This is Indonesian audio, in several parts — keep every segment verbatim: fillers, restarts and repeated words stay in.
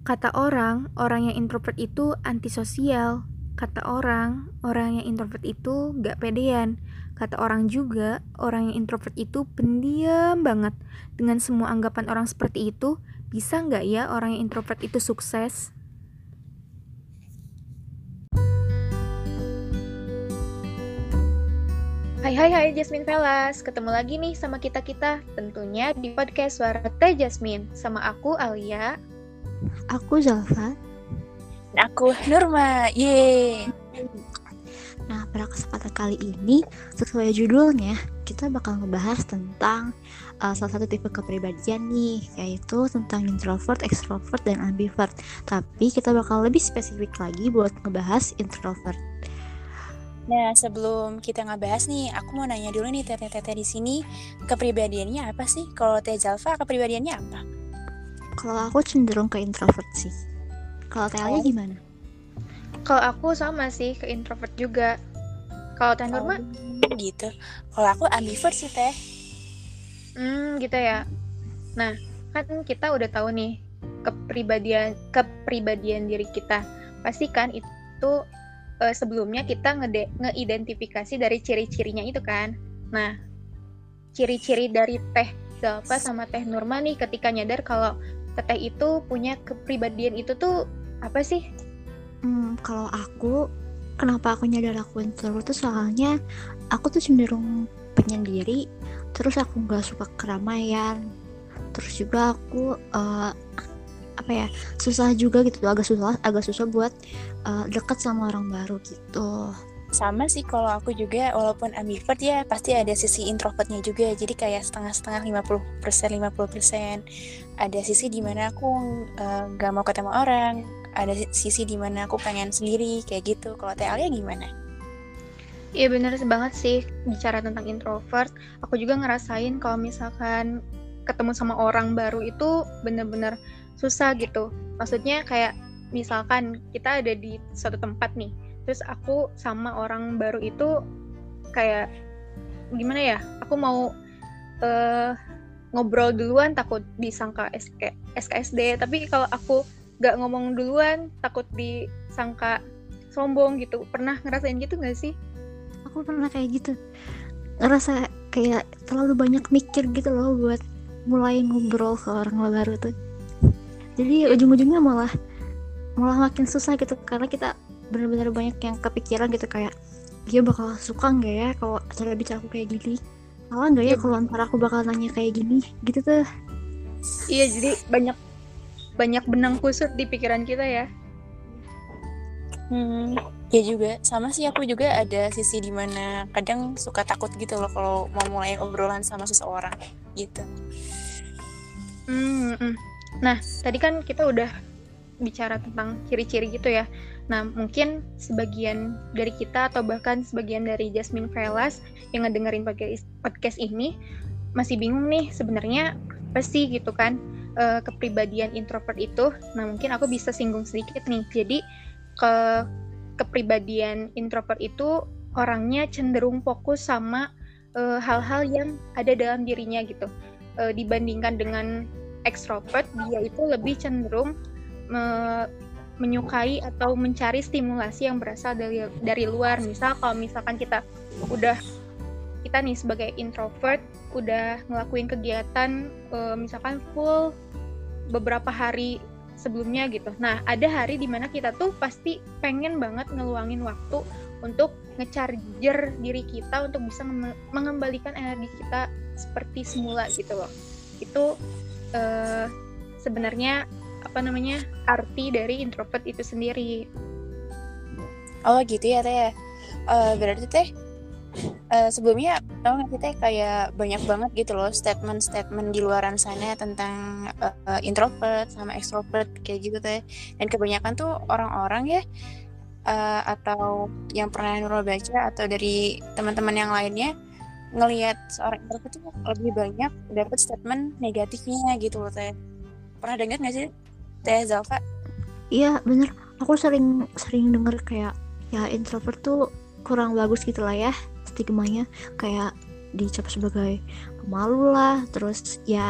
Kata orang, orang yang introvert itu antisosial. Kata orang, orang yang introvert itu gak pedean. Kata orang juga, orang yang introvert itu pendiam banget. Dengan semua anggapan orang seperti itu, bisa gak ya orang yang introvert itu sukses? Hai hai hai Jasmine Velas, ketemu lagi nih sama kita-kita, tentunya di podcast Suara Teh Jasmine. Sama aku Alia. Aku Zalfa. Dan aku Nurma, yeay. Nah, pada kesempatan kali ini, sesuai judulnya, kita bakal ngebahas tentang uh, salah satu tipe kepribadian nih, yaitu tentang introvert, extrovert, dan ambivert. Tapi kita bakal lebih spesifik lagi buat ngebahas introvert. Nah, sebelum kita ngebahas nih, aku mau nanya dulu nih teteh-teteh di sini, kepribadiannya apa sih? Kalau Teh Zalfa, kepribadiannya apa? Kalau aku cenderung ke introvert sih. Kalau Teh Alia gimana? Kalau aku sama sih, ke introvert juga. Kalau Teh Nurma? Oh, gitu. Kalau aku ambivert sih, Teh. Hmm, gitu ya. Nah, kan kita udah tahu nih kepribadian kepribadian diri kita. Pasti kan itu uh, sebelumnya kita ngede- ngeidentifikasi dari ciri-cirinya itu kan. Nah, ciri-ciri dari Teh Zalfa sama Teh Nurma nih ketika nyadar kalau Teteh itu punya kepribadian itu tuh apa sih? Hmm, kalau aku, kenapa aku nyadar aku introvert tuh soalnya aku tuh cenderung penyendiri, terus aku nggak suka keramaian, terus juga aku uh, apa ya susah juga gitu, agak susah agak susah buat uh, dekat sama orang baru gitu. Sama sih kalau aku juga, walaupun ambivert ya pasti ada sisi introvertnya juga, jadi kayak setengah-setengah lima puluh persen lima puluh persen. Ada sisi dimana aku uh, gak mau ketemu orang, ada sisi dimana aku pengen sendiri kayak gitu. Kalau Teh Alia gimana? Iya bener banget sih, bicara tentang introvert, aku juga ngerasain kalau misalkan ketemu sama orang baru itu bener-bener susah gitu. Maksudnya kayak misalkan kita ada di suatu tempat nih, terus aku sama orang baru itu kayak gimana ya, aku mau uh, ngobrol duluan takut disangka S K S D, tapi kalau aku gak ngomong duluan takut disangka sombong gitu. Pernah ngerasain gitu gak sih? Aku pernah kayak gitu, ngerasa kayak terlalu banyak mikir gitu loh buat mulai ngobrol ke orang baru tuh. Jadi ujung-ujungnya malah malah makin susah gitu, karena kita benar-benar banyak yang kepikiran gitu, kayak dia bakal suka nggak ya kalau cara bicara aku kayak gini, malah nggak ya kalau ntar aku bakal nanya kayak gini gitu tuh. Iya, jadi banyak banyak benang kusut di pikiran kita ya. Hmm, ya juga, sama sih aku juga ada sisi dimana kadang suka takut gitu loh kalau mau mulai obrolan sama seseorang gitu. Hmm, hmm. Nah, tadi kan kita udah bicara tentang ciri-ciri gitu ya. Nah, mungkin sebagian dari kita atau bahkan sebagian dari Jasmine Velas yang ngedengerin podcast ini masih bingung nih sebenarnya apa sih gitu kan e, kepribadian introvert itu. Nah, mungkin aku bisa singgung sedikit nih. Jadi ke kepribadian introvert itu orangnya cenderung fokus sama e, hal-hal yang ada dalam dirinya gitu. E, dibandingkan dengan extrovert, dia itu lebih cenderung me- menyukai atau mencari stimulasi yang berasal dari dari luar. Misal kalau misalkan kita udah kita nih sebagai introvert udah ngelakuin kegiatan e, misalkan full beberapa hari sebelumnya gitu. Nah, ada hari dimana kita tuh pasti pengen banget ngeluangin waktu untuk nge-charger diri kita untuk bisa mengembalikan energi kita seperti semula gitu loh. Itu Uh, sebenarnya apa namanya arti dari introvert itu sendiri. Oh gitu ya Teh. Uh, berarti Teh uh, sebelumnya tau nggak sih Teh kayak banyak banget gitu loh statement-statement di luaran sana tentang uh, introvert sama extrovert kayak gitu Teh. Dan kebanyakan tuh orang-orang ya uh, atau yang pernah Nurul baca atau dari teman-teman yang lainnya ngelihat seorang introvert itu lebih banyak dapat statement negatifnya gitu loh Teh. Pernah dengar nggak sih Teh Zalfa? Iya bener, aku sering sering denger kayak ya introvert tuh kurang bagus gitu lah ya stigmanya, kayak dicap sebagai pemalu lah, terus ya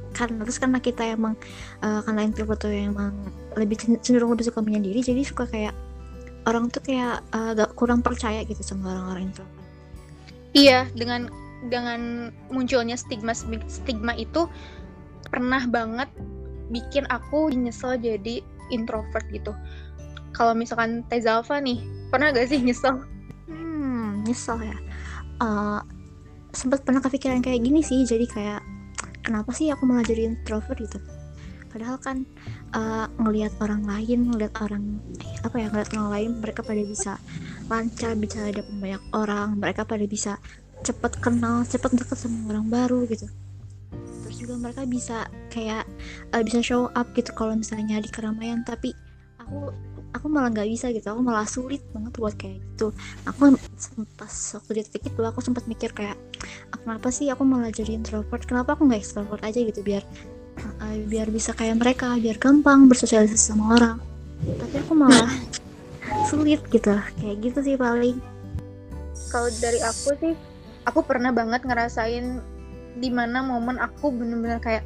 kan terus karena kita emang uh, karena introvert tuh emang lebih cenderung lebih suka menyendiri, jadi suka kayak orang tuh kayak uh, agak kurang percaya gitu sama orang-orang introvert. Iya, dengan dengan munculnya stigma stigma itu pernah banget bikin aku nyesel jadi introvert gitu. Kalau misalkan Teh Zalfa nih, pernah gak sih nyesel? Hmm, nyesel ya. Uh, sempat pernah kepikiran kayak gini sih, jadi kayak kenapa sih aku malah jadi introvert gitu? Padahal kan uh, ngelihat orang lain, ngelihat orang eh, apa ya, ngelihat orang lain, mereka pada bisa lancar bicara depan banyak orang, mereka pada bisa cepet kenal, cepet deket sama orang baru gitu. Terus juga mereka bisa kayak uh, bisa show up gitu kalau misalnya di keramaian, tapi aku aku malah nggak bisa gitu, aku malah sulit banget buat kayak gitu. Aku pas waktu di titik itu aku sempat mikir kayak kenapa sih aku malah jadi introvert, kenapa aku nggak extrovert aja gitu, biar uh, biar bisa kayak mereka, biar gampang bersosialisasi sama orang. Tapi aku malah sulit gitu, kayak gitu sih paling. Kalau dari aku sih, aku pernah banget ngerasain dimana momen aku bener-bener kayak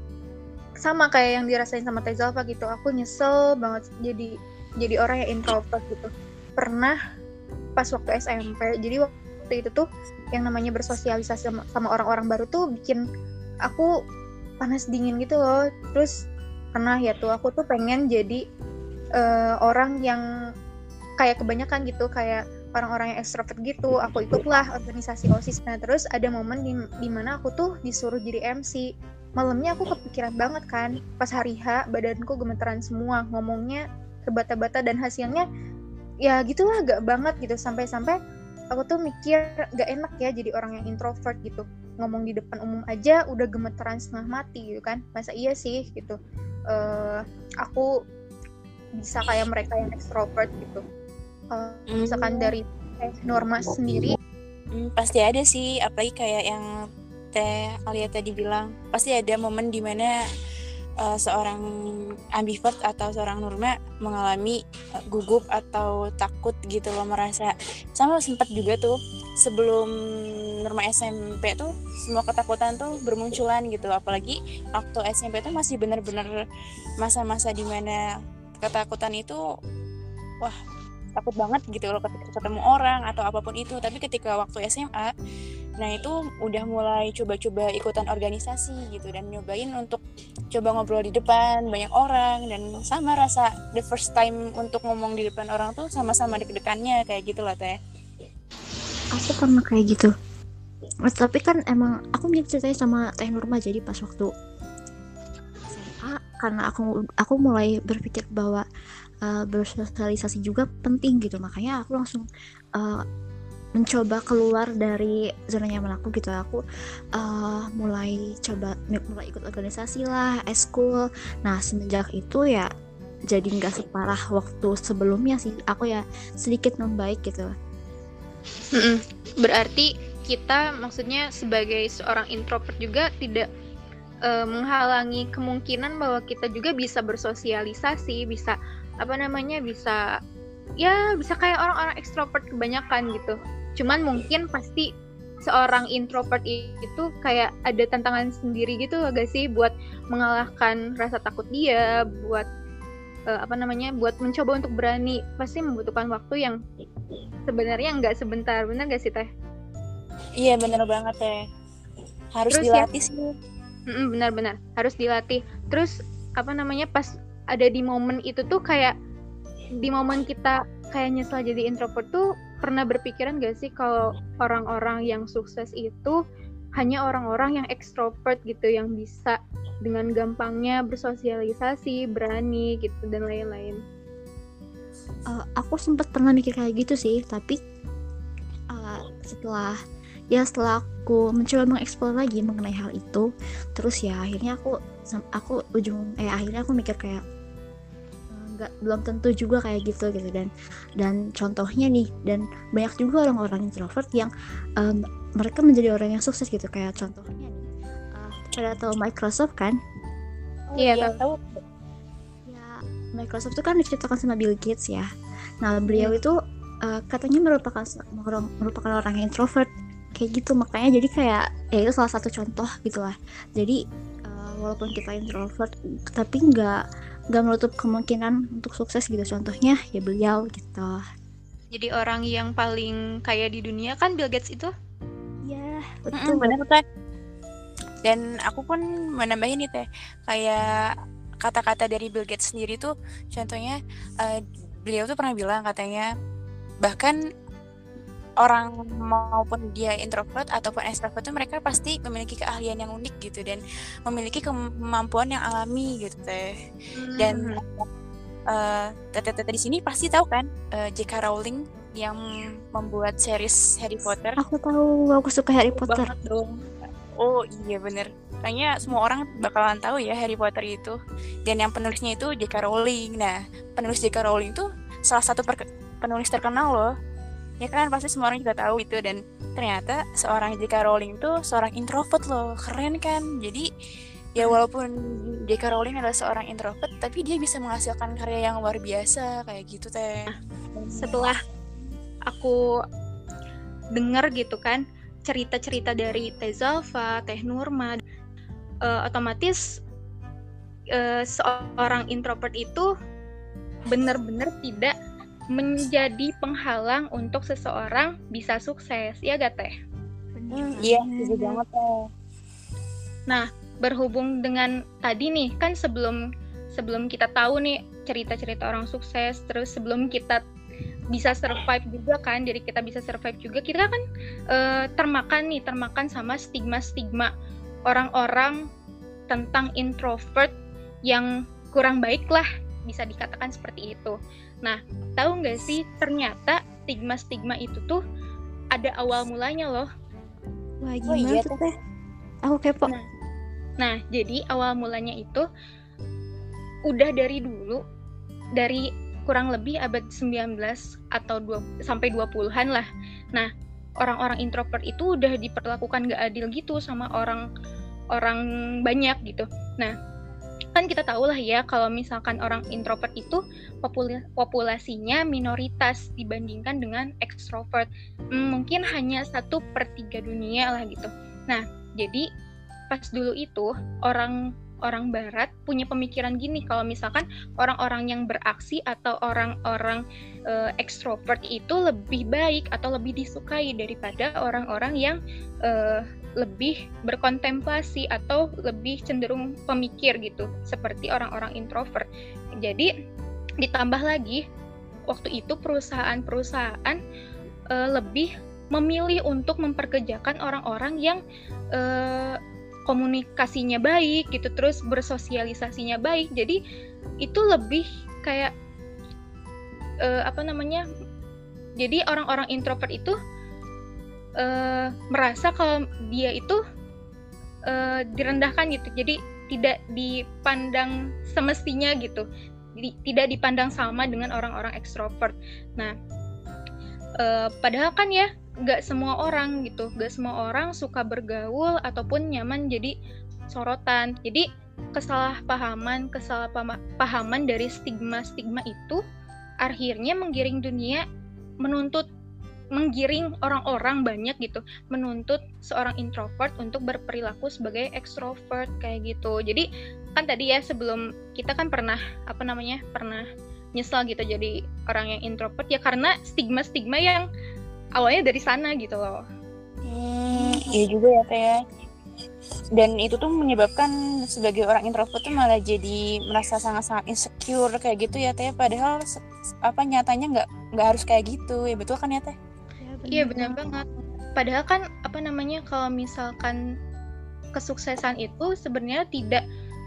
sama kayak yang dirasain sama Teh Zalfa gitu. Aku nyesel banget jadi jadi orang yang introvert gitu. Pernah pas waktu S M P. Jadi waktu itu tuh yang namanya bersosialisasi sama, sama orang-orang baru tuh bikin aku panas dingin gitu loh. Terus pernah ya tuh aku tuh pengen jadi uh, orang yang kayak kebanyakan gitu, kayak orang-orang yang ekstrovert gitu. Aku ikutlah organisasi OSIS. Nah terus ada momen di, di mana aku tuh disuruh jadi M C. Malamnya aku kepikiran banget kan, pas hari H badanku gemeteran semua, ngomongnya terbata-bata dan hasilnya ya gitulah gak banget gitu. Sampai-sampai aku tuh mikir gak enak ya jadi orang yang introvert gitu, ngomong di depan umum aja udah gemeteran setengah mati gitu kan. Masa iya sih gitu uh, aku bisa kayak mereka yang ekstrovert gitu. Uh, misalkan dari eh, Norma sendiri hmm, pasti ada sih, apalagi kayak yang Teh Alia tadi bilang, pasti ada momen dimana uh, seorang ambivert atau seorang Norma mengalami uh, gugup atau takut gitu loh, merasa sama. Sempat juga tuh sebelum Norma S M P tuh semua ketakutan tuh bermunculan gitu, apalagi waktu S M P tuh masih benar-benar masa-masa dimana ketakutan itu wah takut banget gitu loh ketika ketemu orang atau apapun itu. Tapi ketika waktu S M A, nah itu udah mulai coba-coba ikutan organisasi gitu dan nyobain untuk coba ngobrol di depan banyak orang, dan sama rasa the first time untuk ngomong di depan orang tuh sama-sama deg-degannya kayak gitu lah Teh. Aku pernah kayak gitu. Tapi kan emang aku mirip ceritanya sama Teh Nurma. Jadi pas waktu S M A, karena aku aku mulai berpikir bahwa Uh, bersosialisasi juga penting gitu, makanya aku langsung uh, mencoba keluar dari zona nyaman aku gitu. Aku uh, mulai coba mulai ikut organisasi lah, eskul. Nah semenjak itu ya jadi nggak separah waktu sebelumnya sih, aku ya sedikit membaik gitu. Mm-mm. Berarti kita maksudnya sebagai seorang introvert juga tidak uh, menghalangi kemungkinan bahwa kita juga bisa bersosialisasi, bisa apa namanya bisa ya bisa kayak orang-orang ekstrovert kebanyakan gitu. Cuman mungkin pasti seorang introvert itu kayak ada tantangan sendiri gitu gak sih buat mengalahkan rasa takut dia, buat uh, apa namanya buat mencoba untuk berani. Pasti membutuhkan waktu yang sebenarnya nggak sebentar, benar gak sih Teh? Iya benar banget Teh, harus Terus dilatih ya, sih. benar-benar harus dilatih. Terus apa namanya pas ada di momen itu tuh kayak di momen kita kayak nyesel jadi introvert tuh pernah berpikiran gak sih kalau orang-orang yang sukses itu hanya orang-orang yang ekstrovert gitu, yang bisa dengan gampangnya bersosialisasi, berani gitu dan lain-lain. Uh, aku sempat pernah mikir kayak gitu sih, tapi uh, setelah ya setelah aku mencoba mengeksplor lagi mengenai hal itu, terus ya akhirnya aku aku ujung eh akhirnya aku mikir kayak nggak belum tentu juga kayak gitu gitu dan dan contohnya nih, dan banyak juga orang-orang introvert yang um, mereka menjadi orang yang sukses gitu. Kayak contohnya nih, uh, pada tahu Microsoft kan? Iya, Iya tahu. Ya Microsoft itu kan diciptakan sama Bill Gates ya. Nah beliau itu uh, katanya merupakan merupakan orang yang introvert kayak gitu, makanya jadi kayak ya itu salah satu contoh gitulah. Jadi uh, walaupun kita introvert tapi nggak nggak menutup kemungkinan untuk sukses gitu. Contohnya ya beliau gitu. Jadi orang yang paling kaya di dunia kan Bill Gates itu. Ya Mm-mm, betul. bener teh. Dan aku pun menambahin nih teh, kayak kata-kata dari Bill Gates sendiri tuh, contohnya eh, beliau tuh pernah bilang katanya, bahkan orang maupun dia introvert ataupun extrovert tuh mereka pasti memiliki keahlian yang unik gitu dan memiliki kemampuan yang alami gitu teh. Dan eh tete-tete di sini pasti tahu kan eh, J K Rowling yang membuat series Harry Potter. Aku tahu, aku suka Harry Potter. Banget dong. Oh iya bener, kayaknya semua orang bakalan tahu ya Harry Potter itu. Dan yang penulisnya itu J K Rowling. Nah, penulis J K Rowling tuh salah satu per- penulis terkenal loh. Ya kan, pasti semua orang juga tahu itu. Dan ternyata seorang J K Rowling tuh seorang introvert loh. Keren kan? Jadi ya walaupun J K Rowling adalah seorang introvert, tapi dia bisa menghasilkan karya yang luar biasa kayak gitu teh. Setelah aku dengar gitu kan cerita-cerita dari Teh Zalfa, Teh Nurma, uh, otomatis uh, seorang introvert itu benar-benar tidak menjadi penghalang untuk seseorang bisa sukses, ya gak Teh? Hmm, iya, setuju banget teh. Nah, berhubung dengan tadi nih, kan sebelum sebelum kita tahu nih cerita-cerita orang sukses, terus sebelum kita bisa survive juga kan, jadi kita bisa survive juga, kita kan uh, termakan nih, termakan sama stigma-stigma orang-orang tentang introvert yang kurang baik lah, bisa dikatakan seperti itu. Nah, tahu nggak sih ternyata stigma-stigma itu tuh ada awal mulanya loh. Wah Oh gimana iya tuh teh. teh? Aku kepo. Nah, nah, jadi awal mulanya itu udah dari dulu, dari kurang lebih abad sembilan belas atau dua, sampai dua puluhan lah. Nah, orang-orang introvert itu udah diperlakukan gak adil gitu sama orang-orang banyak gitu. Nah, kan kita tahu lah ya kalau misalkan orang introvert itu popul- populasinya minoritas dibandingkan dengan extrovert. Hmm, mungkin hanya satu per tiga dunia lah gitu. Nah, jadi pas dulu itu orang orang barat punya pemikiran gini, kalau misalkan orang-orang yang beraksi atau orang-orang uh, ekstrovert itu lebih baik atau lebih disukai daripada orang-orang yang uh, lebih berkontemplasi atau lebih cenderung pemikir gitu, seperti orang-orang introvert. Jadi ditambah lagi waktu itu perusahaan-perusahaan uh, lebih memilih untuk memperkerjakan orang-orang yang uh, komunikasinya baik gitu, terus bersosialisasinya baik. Jadi itu lebih kayak uh, apa namanya, jadi orang-orang introvert itu uh, merasa kalau dia itu uh, direndahkan gitu, jadi tidak dipandang semestinya gitu, jadi tidak dipandang sama dengan orang-orang ekstrovert. Nah, uh, padahal kan ya gak semua orang gitu, gak semua orang suka bergaul ataupun nyaman jadi sorotan. Jadi kesalahpahaman, kesalahpahaman dari stigma-stigma itu akhirnya menggiring dunia, menuntut, menggiring orang-orang banyak gitu, menuntut seorang introvert untuk berperilaku sebagai extrovert kayak gitu. Jadi kan tadi ya sebelum kita kan pernah apa namanya, pernah nyesal gitu jadi orang yang introvert ya karena stigma-stigma yang awalnya dari sana gitu loh. Hmm, iya juga ya teh ya. Dan itu tuh menyebabkan sebagai orang introvert tuh malah jadi merasa sangat-sangat insecure kayak gitu ya teh. Padahal apa nyatanya nggak nggak harus kayak gitu ya, betul kan ya teh? Iya benar banget. Padahal kan apa namanya, kalau misalkan kesuksesan itu sebenarnya tidak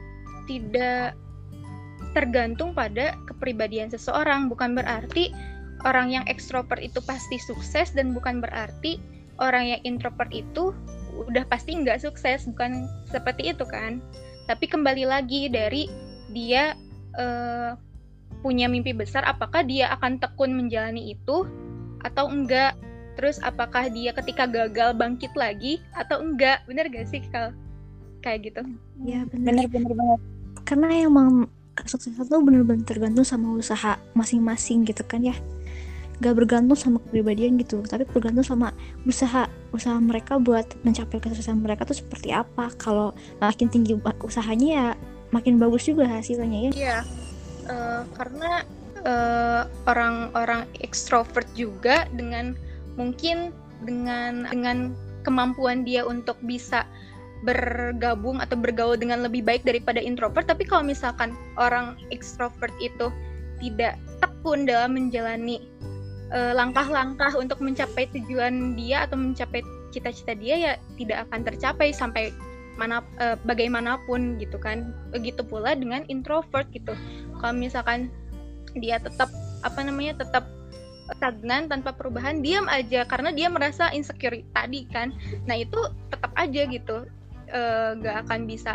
tidak tergantung pada kepribadian seseorang. Bukan berarti orang yang ekstrovert itu pasti sukses, dan bukan berarti orang yang introvert itu udah pasti nggak sukses, bukan seperti itu kan. Tapi kembali lagi dari dia uh, punya mimpi besar, apakah dia akan tekun menjalani itu atau enggak, terus apakah dia ketika gagal bangkit lagi atau enggak. Bener gak sih kalau kayak gitu? Ya benar. Bener-bener banget. Karena emang kesuksesan tuh benar-benar tergantung sama usaha masing-masing gitu kan ya. Gak bergantung sama kepribadian gitu, tapi bergantung sama usaha usaha mereka buat mencapai kesuksesan mereka tuh seperti apa. Kalau makin tinggi usahanya ya makin bagus juga hasilnya ya. Iya, uh, karena uh, orang-orang ekstrovert juga dengan mungkin dengan dengan kemampuan dia untuk bisa bergabung atau bergaul dengan lebih baik daripada introvert. Tapi kalau misalkan orang ekstrovert itu tidak tekun dalam menjalani uh, langkah-langkah untuk mencapai tujuan dia atau mencapai cita-cita dia, ya tidak akan tercapai sampai mana uh, bagaimanapun gitu kan. Begitu pula dengan introvert gitu. Kalau misalkan dia tetap apa namanya tetap stagnan tanpa perubahan, diam aja karena dia merasa insecure tadi kan. Nah itu tetap aja gitu. Uh, gak akan bisa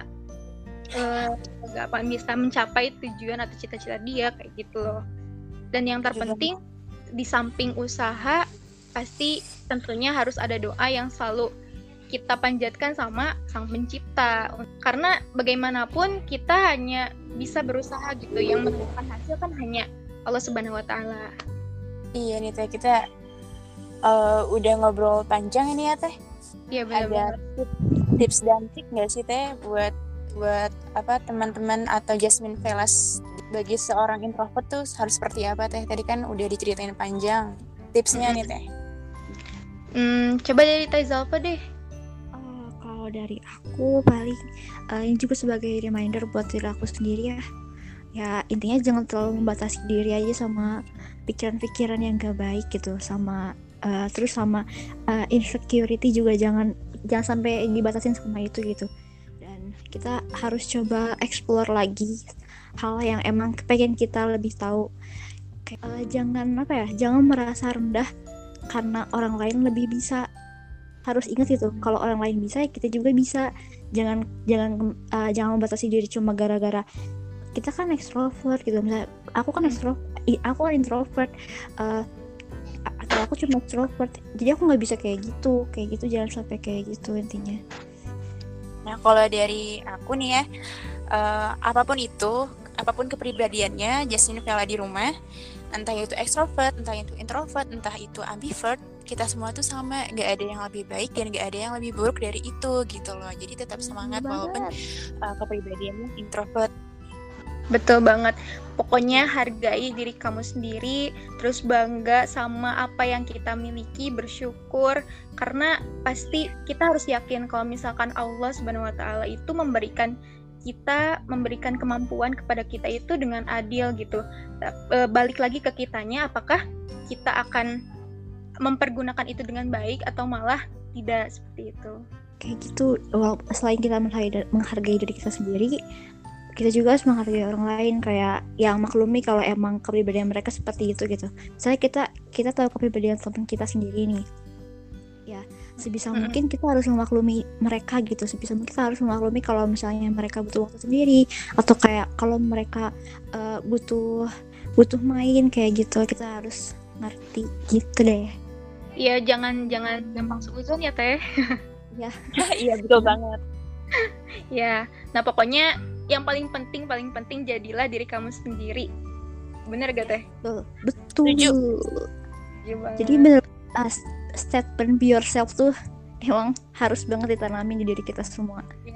uh, gak akan bisa mencapai tujuan atau cita-cita dia kayak gitu loh. Dan yang terpenting di samping usaha pasti tentunya harus ada doa yang selalu kita panjatkan sama Sang Pencipta, karena bagaimanapun kita hanya bisa berusaha gitu, yang menentukan hasil kan hanya Allah Subhanahu Wa Taala. Iya nih Teh, kita uh, udah ngobrol panjang ini ya Teh. Iya benar. Ada tips dan trik nggak sih Teh buat buat apa teman-teman atau Jasmine Velas bagi seorang introvert tuh harus seperti apa Teh? Tadi kan udah diceritain panjang tipsnya hmm. nih Teh. Hmm, coba dari Teh Zalfa deh. Oh, kalau dari aku paling uh, ini juga sebagai reminder buat diri aku sendiri ya. Ya intinya jangan terlalu membatasi diri aja sama pikiran-pikiran yang gak baik gitu, sama uh, terus sama uh, insecurity juga jangan jangan sampai dibatasin sama itu gitu. Dan kita harus coba explore lagi hal yang emang pengen kita lebih tahu. Kayak, uh, jangan apa ya, jangan merasa rendah karena orang lain lebih bisa. Harus ingat gitu, kalau orang lain bisa, kita juga bisa. Jangan jangan uh, jangan membatasi diri cuma gara-gara kita kan extrovert gitu. Misalnya aku kan extrovert, aku kan introvert, uh, atau aku cuma extrovert, jadi aku nggak bisa kayak gitu, kayak gitu jangan sampai kayak gitu intinya. Nah kalau dari aku nih ya, uh, apapun itu, apapun kepribadiannya Jasmine Vela di rumah, entah itu extrovert, entah itu introvert, entah itu ambivert, kita semua tuh sama, nggak ada yang lebih baik dan nggak ada yang lebih buruk dari itu gitu loh. Jadi tetap semangat walaupun uh, kepribadiannya introvert. Betul banget. Pokoknya hargai diri kamu sendiri, terus bangga sama apa yang kita miliki, bersyukur, karena pasti kita harus yakin kalau misalkan Allah Subhanahu Wa Taala itu memberikan kita, memberikan kemampuan kepada kita itu dengan adil gitu. E, balik lagi ke kitanya, apakah kita akan mempergunakan itu dengan baik atau malah tidak, seperti itu. Kayak gitu. Well, selain kita menghargai, menghargai diri kita sendiri, kita juga harus menghargai orang lain, kayak yang maklumi kalau emang kepribadian mereka seperti itu gitu. Misalnya kita kita tahu kepribadian teman kita sendiri nih, ya sebisa mm-hmm. mungkin kita harus memaklumi mereka gitu. Sebisa mungkin kita harus memaklumi kalau misalnya mereka butuh waktu sendiri, atau kayak kalau mereka uh, butuh butuh main kayak gitu, kita harus ngerti gitu deh. Iya, jangan jangan gampang suuzon ya Teh. Ya. Iya betul banget. Ya, nah pokoknya yang paling penting paling penting jadilah diri kamu sendiri. Bener gak Teh? Betul. Betul. Gimana? Jadi bener, uh, statement be yourself tuh emang harus banget ditanamin di diri kita semua. Ya,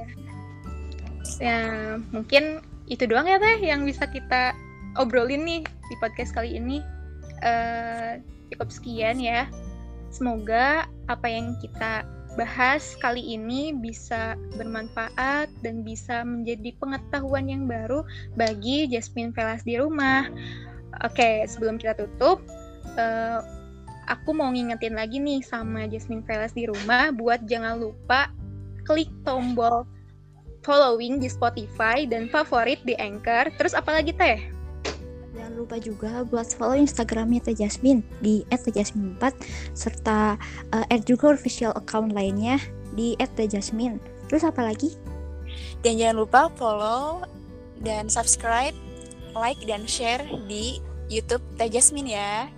ya mungkin itu doang ya Teh yang bisa kita obrolin nih di podcast kali ini. Uh, cukup sekian ya. Semoga apa yang kita bahas kali ini bisa bermanfaat dan bisa menjadi pengetahuan yang baru bagi Jasmine Velas di rumah. Oke, sebelum kita tutup, uh, aku mau ngingetin lagi nih sama Jasmine Velas di rumah buat jangan lupa klik tombol following di Spotify dan favorit di Anchor. Terus apa lagi Teh? Jangan lupa juga buat follow Instagramnya Teh Jasmine di et teh jasmine empat, serta uh, add juga official account lainnya di et teh jasmine. Terus apa lagi? Dan jangan lupa follow dan subscribe, like dan share di YouTube Teh Jasmine ya.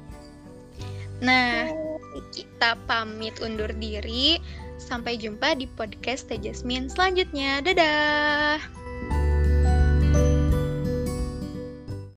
Nah, kita pamit undur diri. Sampai jumpa di podcast Teh Jasmine selanjutnya. Dadah!